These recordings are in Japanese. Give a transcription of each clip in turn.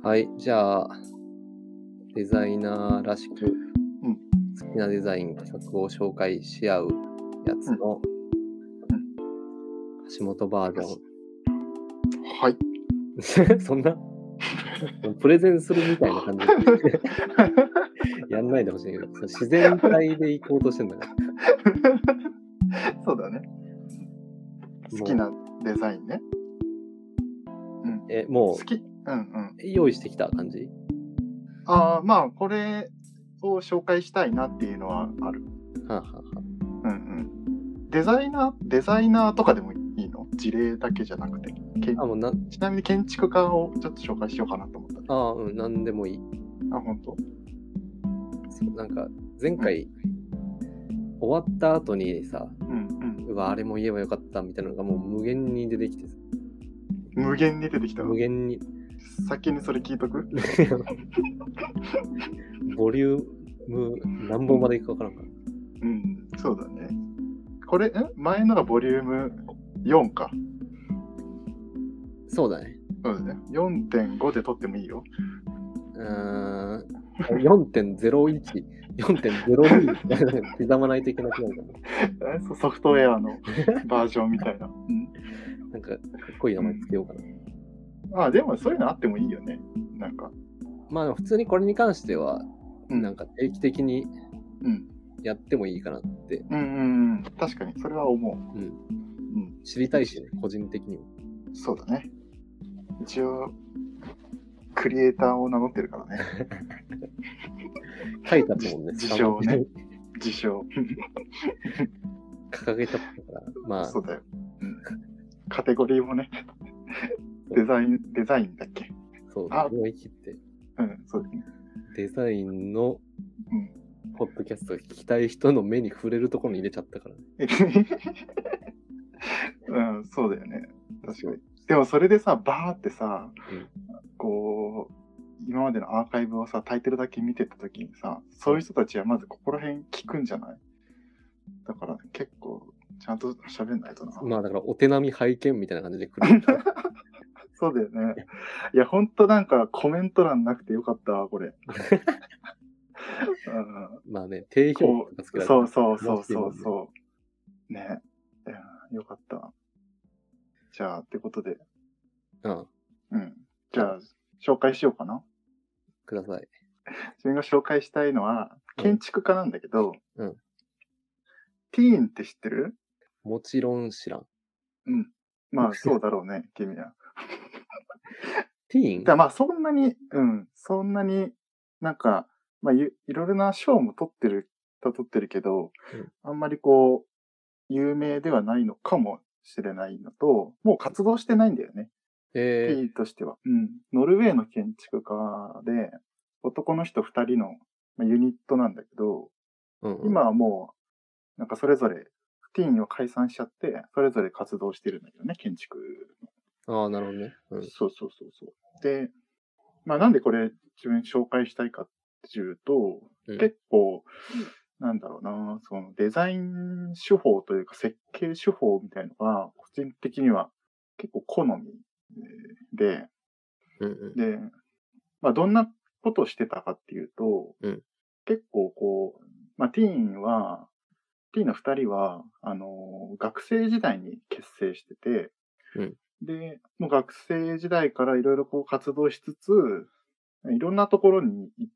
はい、じゃあ、デザイナーらしく、好きなデザイン企画を紹介し合うやつの、橋本バージョはい。 ン。そんなプレゼンするみたいな感じでやんないでほしいけど、自然体で行こうとしてんだから。 そうだね。好きなデザインね。 もう、 好き。 用意してきた感じ？ まあ、これを紹介したいなっていうのはある。 はあ、はあはあ、 デザイナーとかでもいいの？事例だけじゃなくて。ちなみに建築家をちょっと紹介しようかなと思った。 なんでもいい。 本当？ そう、なんか、前回、終わった後にさ、うわ、あれも言えばよかったみたいなのがもう無限に出てきてさ。 無限に出てきたの？ 無限に。 先にそれ聞いとく？ ボリューム何本までいくかわからんから。 そうだね。これ、前のがボリューム4か。 そうだね。 そうだね。4.5 で撮ってもいいよ。 4.01、4.02 刻まないといけなくなるかな。ソフトウェアのバージョンみたいな。 なんか、かっこいい名前つけようかな。でもそういうのあってもいいよね。なんか。 まあ、普通にこれに関しては、なんか定期的にやってもいいかなって。 確かに、それは思う。 知りたいしね、個人的にも。 そうだね。一応、クリエイターを名乗ってるからね。 書いたもんね。 自称ね。自称。 掲げちゃったから。まあ。 そうだよ。カテゴリーもね。デザインだっけ？ そう、思い切って。 そうですね。 デザインの、ポッドキャストを聞きたい人の目に触れるところに入れちゃったからね。 そうだよね。確かに。でもそれでさ、バーってさ、こう、今までのアーカイブをさ、タイトルだけ見てたときにさ、そういう人たちはまずここら辺聞くんじゃない？だから結構、ちゃんと喋んないとな。 まあだからお手並み拝見みたいな感じで来る。 そうだよね。いや、ほんとなんかコメント欄なくてよかったわ、これ。 まあね、低評価つけられた。そう。ね。よかった。じゃあ、ってことで。じゃあ、紹介しようかな。 ください。 自分が紹介したいのは、建築家なんだけど、ティーンって知ってる？ もちろん知らん。 まあ、そうだろうね、君は。 ティーン？ まあ、そんなに、なんか、まあ、いろいろな賞も取ってるけど、あんまりこう、有名ではないのかもしれないのと、もう活動してないんだよね。ティーとしては。ノルウェーの建築家で、男の人2人のユニットなんだけど、今はもう、なんかそれぞれ、ティーンを解散しちゃって、それぞれ活動してるんだけどね、建築の。なるほどね。 そう。で、まあなんでこれ自分紹介したいかっていうと、結構、なんだろうな、そのデザイン手法というか設計手法みたいのが、個人的には結構好みで、で、まあどんなことをしてたかっていうと、結構こう、まあティーンの二人は、学生時代に結成してて、で、もう学生時代からいろいろこう活動しつつ、いろんなところに行って、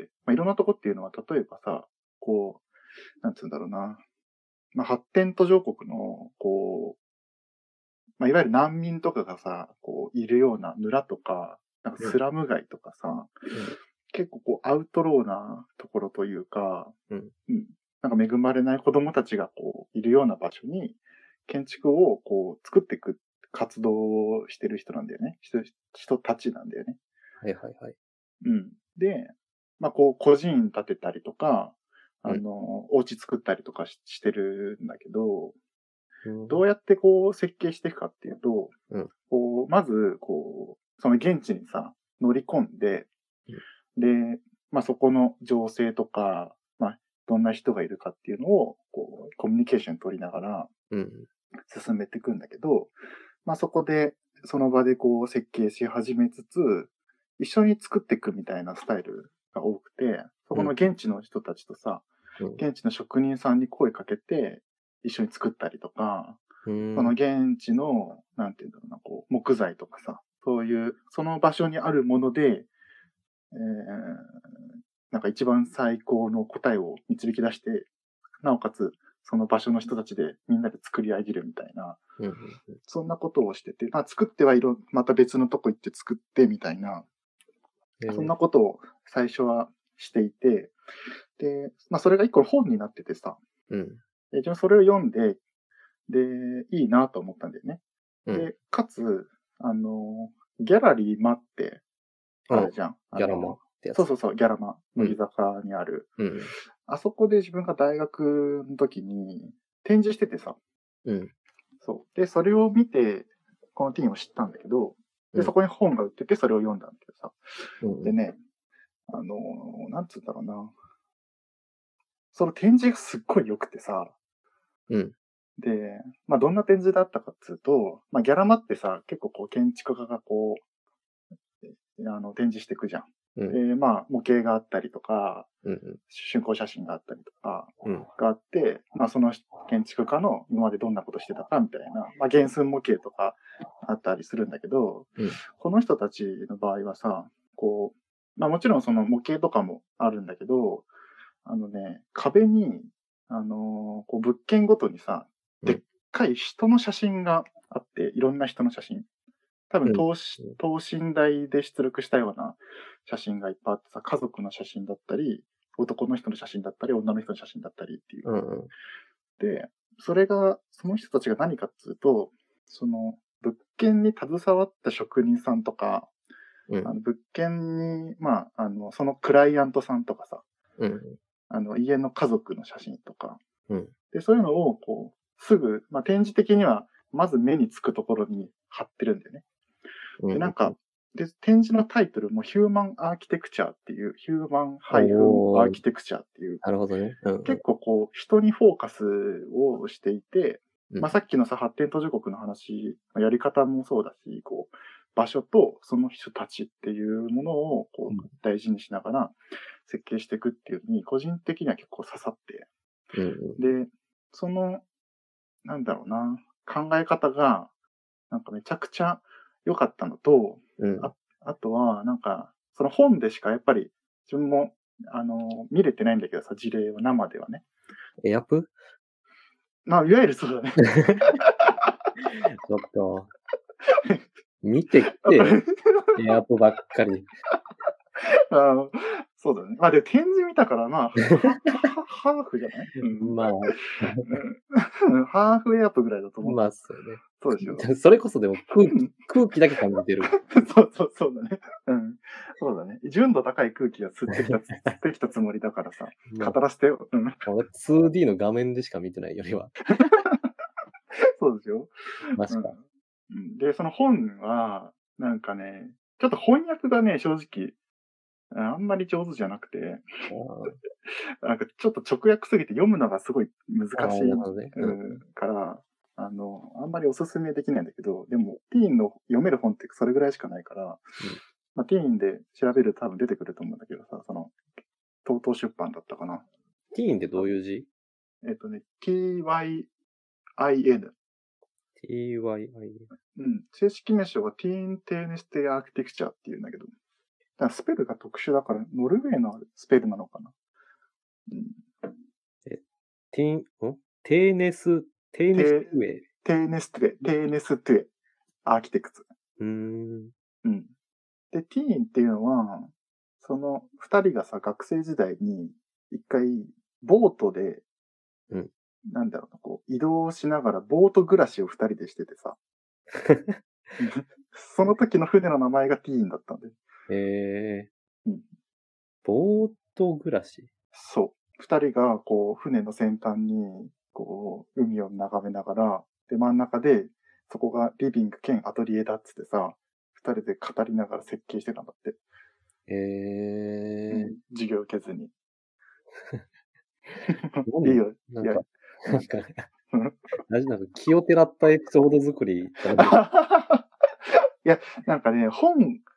まあ、いろんなとこっていうのは、例えばさ、こう、なんつうんだろうな。まあ、発展途上国の、こう、まあ、いわゆる難民とかがさ、こう、いるような村とか、なんかスラム街とかさ、結構こう、アウトローなところというか、なんか恵まれない子供たちがこう、いるような場所に、建築をこう、作っていく活動をしてる人なんだよね。人たちなんだよね。で、まあ、こう、個人建てたりとか、お家作ったりとかしてるんだけど、どうやってこう、設計していくかっていうと、こう、まず、こう、その現地にさ、乗り込んで、で、まあ、そこの情勢とか、まあ、どんな人がいるかっていうのを、こう、コミュニケーション取りながら、進めていくんだけど、まあ、そこで、その場でこう、設計し始めつつ、 一緒に作っていくみたいなスタイルが多くて、そこの現地の人たちとさ、現地の職人さんに声かけて、一緒に作ったりとか、その現地の、なんていうんだろうな、こう、木材とかさ、そういう、その場所にあるもので、なんか一番最高の答えを導き出して、なおかつ、その場所の人たちでみんなで作り上げるみたいな、そんなことをしてて、まあ作ってはまた別のとこ行って作ってみたいな、そんなことを最初はしていて、で、まあそれが一個の本になっててさ、で自分それを読んで、で、いいなと思ったんだよね。で、かつ、ギャラリーマってあるじゃん。 ギャラマってやつ。 そう、ギャラマ、乃木坂にある。あそこで自分が大学の時に展示しててさ。そう。で、それを見て、このティーンを知ったんだけど、で、そこに本が売ってて、それを読んだんだけどさ。でね、なんつうんだろうな。その展示がすっごい良くてさ。で、まあ、どんな展示だったかっていうと、まあ、ギャラマってさ、結構こう、建築家がこう、展示していくじゃん。で、まあ、模型があったりとか、竣工写真があったりとか、があって、まあ、その建築家の今までどんなことしてたかみたいな、まあ、原寸模型とかあったりするんだけど、この人たちの場合はさ、こう、まあ、もちろんその模型とかもあるんだけど、壁に、こう物件ごとにさ、でっかい人の写真があって、いろんな人の写真。多分等身大で出力したような写真がいっぱいあってさ、家族の写真だったり、男の人の写真だったり、女の人の写真だったりっていう。で、その人たちが何かっていうと、その物件に携わった職人さんとか、物件に、まあ、そのクライアントさんとかさ、家の家族の写真とか、で、そういうのを、こう、すぐ、まあ、展示的には、まず目につくところに貼ってるんだよね。で、なんか、で、展示のタイトルもヒューマンアーキテクチャーっていう、ヒューマンハイフンアーキテクチャーっていう。 なるほどね。 結構こう、人にフォーカスをしていて、まあ、さっきのさ、発展途上国の話、やり方もそうだし、こう、場所とその人たちっていうものをこう大事にしながら設計していくっていうのに、個人的には結構刺さって。で、その、なんだろうな、考え方が、なんかめちゃくちゃ良かったのと、あとは、なんか、その本でしかやっぱり、自分も、見れてないんだけどさ、事例は生ではね。 エアプ？ まあ、いわゆるそうだね。 ちょっと、見てきて、エアプばっかり。 そうだね。まあ、で、展示見たから、まあ、ハーフじゃない？ まあ。 ハーフエアップぐらいだと思う。 まあ、そうね。 そうでしょ。 それこそでも空気だけ感じてる。 そうだね。そうだね。純度高い空気が吸ってきたつもりだからさ、語らせてよ。 2D の画面でしか見てないよりは。 そうですよ。 マジか。 で、その本は、なんかね、ちょっと翻訳がね、正直、あんまり上手じゃなくて、なんかちょっと直訳すぎて読むのがすごい難しいから、あんまりおすすめできないんだけど、でも、ティーンの読める本ってそれぐらいしかないから、まあ、ティーンで調べると多分出てくると思うんだけどさ、TOTO出版だったかな。 ティーンってどういう字 ？TYIN。正式名称はティーンテーネステアーキテクチャーっていうんだけど、スペルが特殊だから、ノルウェーのスペルなのかな。 テーネストゥエ。 アーキテクツ。で、ティーンっていうのは、その二人がさ、学生時代に一回、ボートで、なんだろうな、こう、移動しながらボート暮らしを二人でしててさ。その時の船の名前がティーンだったんで。 ボート暮らし？ そう。二人が、こう、船の先端に、こう、海を眺めながら、で、真ん中で、そこがリビング兼アトリエだっつってさ、二人で語りながら設計してたんだって。授業受けずに。いいよ。 なんか気をてらったエピソード作り。 いや、なんかね、本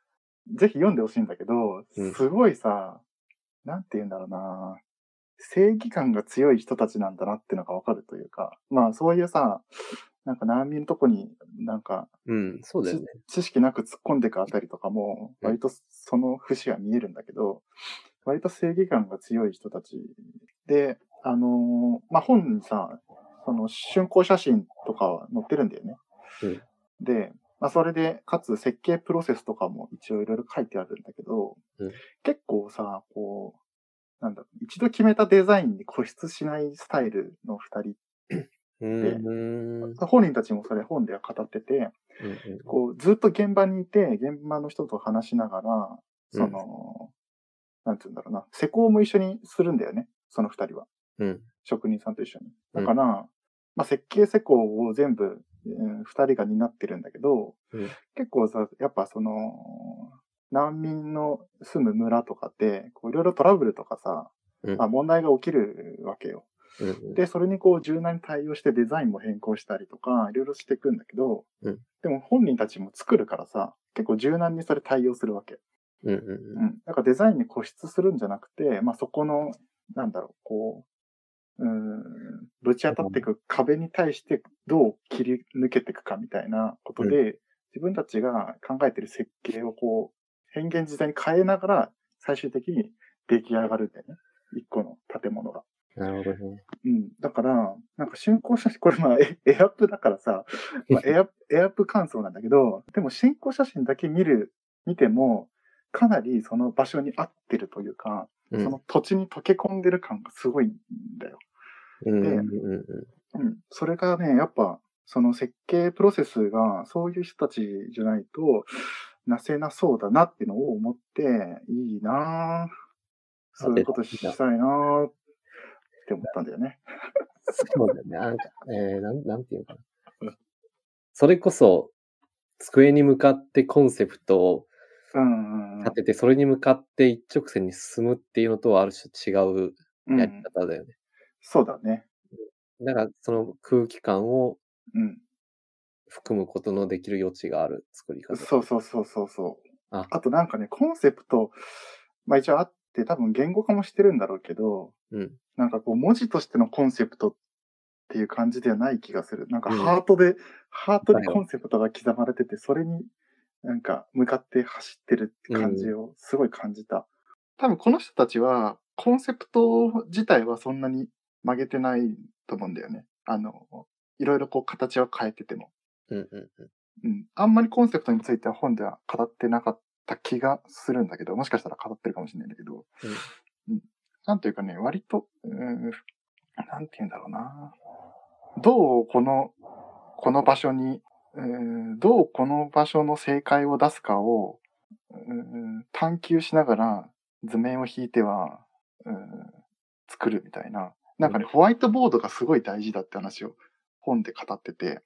ぜひ読んでほしいんだけど、すごいさ、なんて言うんだろうな、正義感が強い人たちなんだなってのがわかるというか、まあそういうさ、なんか難民のとこになんか、 そうだよね。 知識なく突っ込んでくあたりとかも、割とその節は見えるんだけど、割と正義感が強い人たちで、まあ、本にさ、その竣工写真とか載ってるんだよね。で、まあ、それで、かつ設計プロセスとかも一応いろいろ書いてあるんだけど、結構さ、こう、なんだろう、一度決めたデザインに固執しないスタイルの二人で、本人たちもそれ本では語ってて、こうずっと現場にいて、現場の人と話しながら、その、なんて言うんだろうな、施工も一緒にするんだよね、その二人は。職人さんと一緒に。だから、まあ、設計施工を全部、二人が担ってるんだけど、結構さ、やっぱその、難民の住む村とかって、こういろいろトラブルとかさ、まあ、問題が起きるわけよ。で、それにこう柔軟に対応してデザインも変更したりとか、いろいろしていくんだけど、でも本人たちも作るからさ、結構柔軟にそれ対応するわけ。だからデザインに固執するんじゃなくて、まあそこの、なんだろう、こう、ぶち当たっていく壁に対してどう切り抜けていくかみたいなことで、自分たちが考えてる設計をこう、変幻自在に変えながら、最終的に出来上がるんだよね。一個の建物が。 なるほどね。 だから、なんか竣工写真、これまあエアップだからさ、まあ、エアップ感想なんだけど、でも竣工写真だけ見ても、かなりその場所に合ってるというか、その土地に溶け込んでる感がすごいんだよ。で、それがね、やっぱ、その設計プロセスがそういう人たちじゃないとなせなそうだなっていうのを思って、いいなぁ。そういうことしたいなぁって思ったんだよね。 そうだよね。なんか、なんていうのかな。それこそ、机に向かってコンセプトを立てて、それに向かって一直線に進むっていうのとはある種違うやり方だよね。 そうだね。 だから、その空気感を含むことのできる余地がある作り方。 そう。あとなんかね、コンセプト、まあ一応あって多分言語化もしてるんだろうけど、なんかこう文字としてのコンセプトっていう感じではない気がする。なんかハートにコンセプトが刻まれてて、それになんか向かって走ってるって感じをすごい感じた。多分この人たちはコンセプト自体はそんなに曲げてないと思うんだよね。いろいろこう形を変えてても。あんまりコンセプトについては本では語ってなかった気がするんだけど、もしかしたら語ってるかもしれないんだけど、なんというかね、割と、なんて言うんだろうな。どうこの場所に、どうこの場所の正解を出すかを、探求しながら図面を引いては、作るみたいな。なんかね、ホワイトボードがすごい大事だって話を本で語ってて、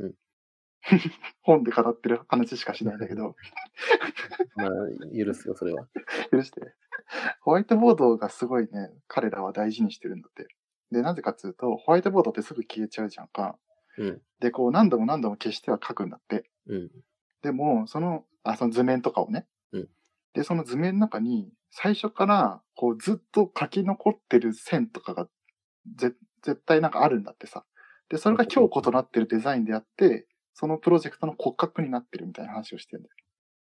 本で語ってる話しかしないんだけど。 まあ、許すよ、それは。 許して。ホワイトボードがすごいね、彼らは大事にしてるんだって。で、なぜかっていうと、ホワイトボードってすぐ消えちゃうじゃんか。で、こう何度も消しては書くんだって。でも、その図面とかをね。で、その図面の中に、最初から、こうずっと書き残ってる線とかが、絶対なんかあるんだってさ。で、それが強固となってるデザインであって、そのプロジェクトの骨格になってるみたいな話をしてるんだよ。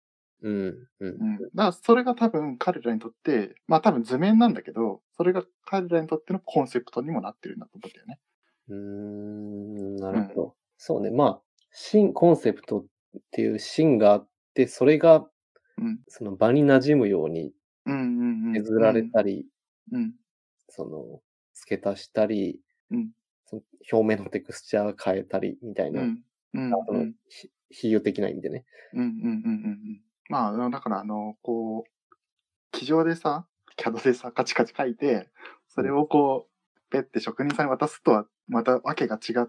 だからそれが多分彼らにとって、まあ多分図面なんだけど、それが彼らにとってのコンセプトにもなってるんだと思うんだよね。 なるほど。そうね。まあ、新コンセプトっていう芯があって、それが、その場に馴染むように削られたり、その、付け足したり、その表面のテクスチャー変えたりみたいな、比喩的な意味でね。 まあ、だからこう、机上でさ、CAD でさ、カチカチ書いて、それをこう、ペッて職人さんに渡すとは、またわけが違った、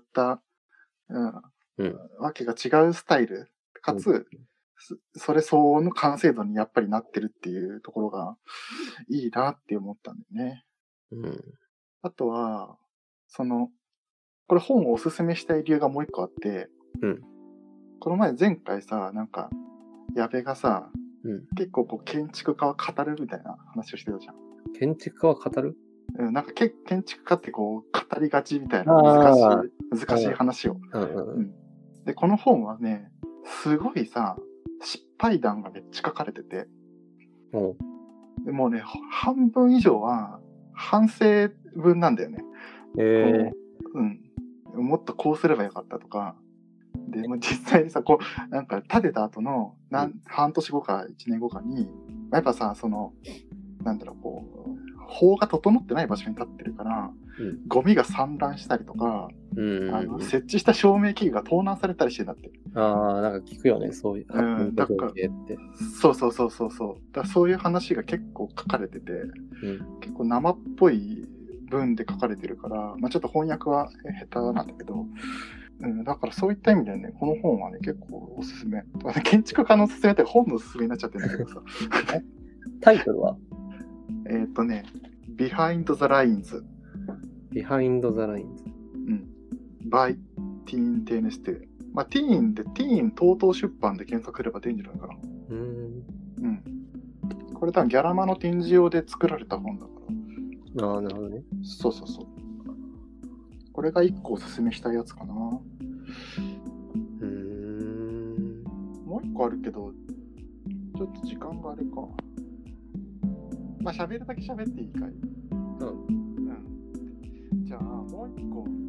わけが違うスタイル、かつ、それ相応の完成度にやっぱりなってるっていうところが、いいなって思ったんだよね。あとは、これ本をおすすめしたい理由がもう一個あって、この前回さ、なんか、矢部がさ、 結構こう建築家は語るみたいな話をしてたじゃん。 建築家は語る？ なんか建築家ってこう語りがちみたいな難しい話を。で、この本はね、すごいさ、失敗談がめっちゃ書かれてて、でもうね、半分以上は反省文なんだよね。もっとこうすればよかったとか、でも実際にさ、こうなんか建てた後の半年後か1年後かに、やっぱさ、そのなんだろう、こう法が整ってない場所に立ってるから、ゴミが散乱したりとか、設置した照明器具が盗難されたりしてんだって。 なんか聞くよね、そういう。 だからそう。だからそういう話が結構書かれてて、結構生っぽい文で書かれてるから、まあちょっと翻訳は下手なんだけど、だからそういった意味でね、この本はね、結構おすすめ。建築家のおすすめって本のおすすめになっちゃってるんだけどさ。 タイトルは Behind the Lines。Behind the Lines。 by Teen Teneste。まあ、ティーンで、ティーンTOTO出版で検索すれば出るんじゃないかな。これ多分ギャラマの展示用で作られた本だから。 なるほどね。 そう。これが1個おすすめしたいやつかな。もう1個あるけど、ちょっと時間があれか。まあ、喋るだけ喋っていいかい？じゃあ、もう1個。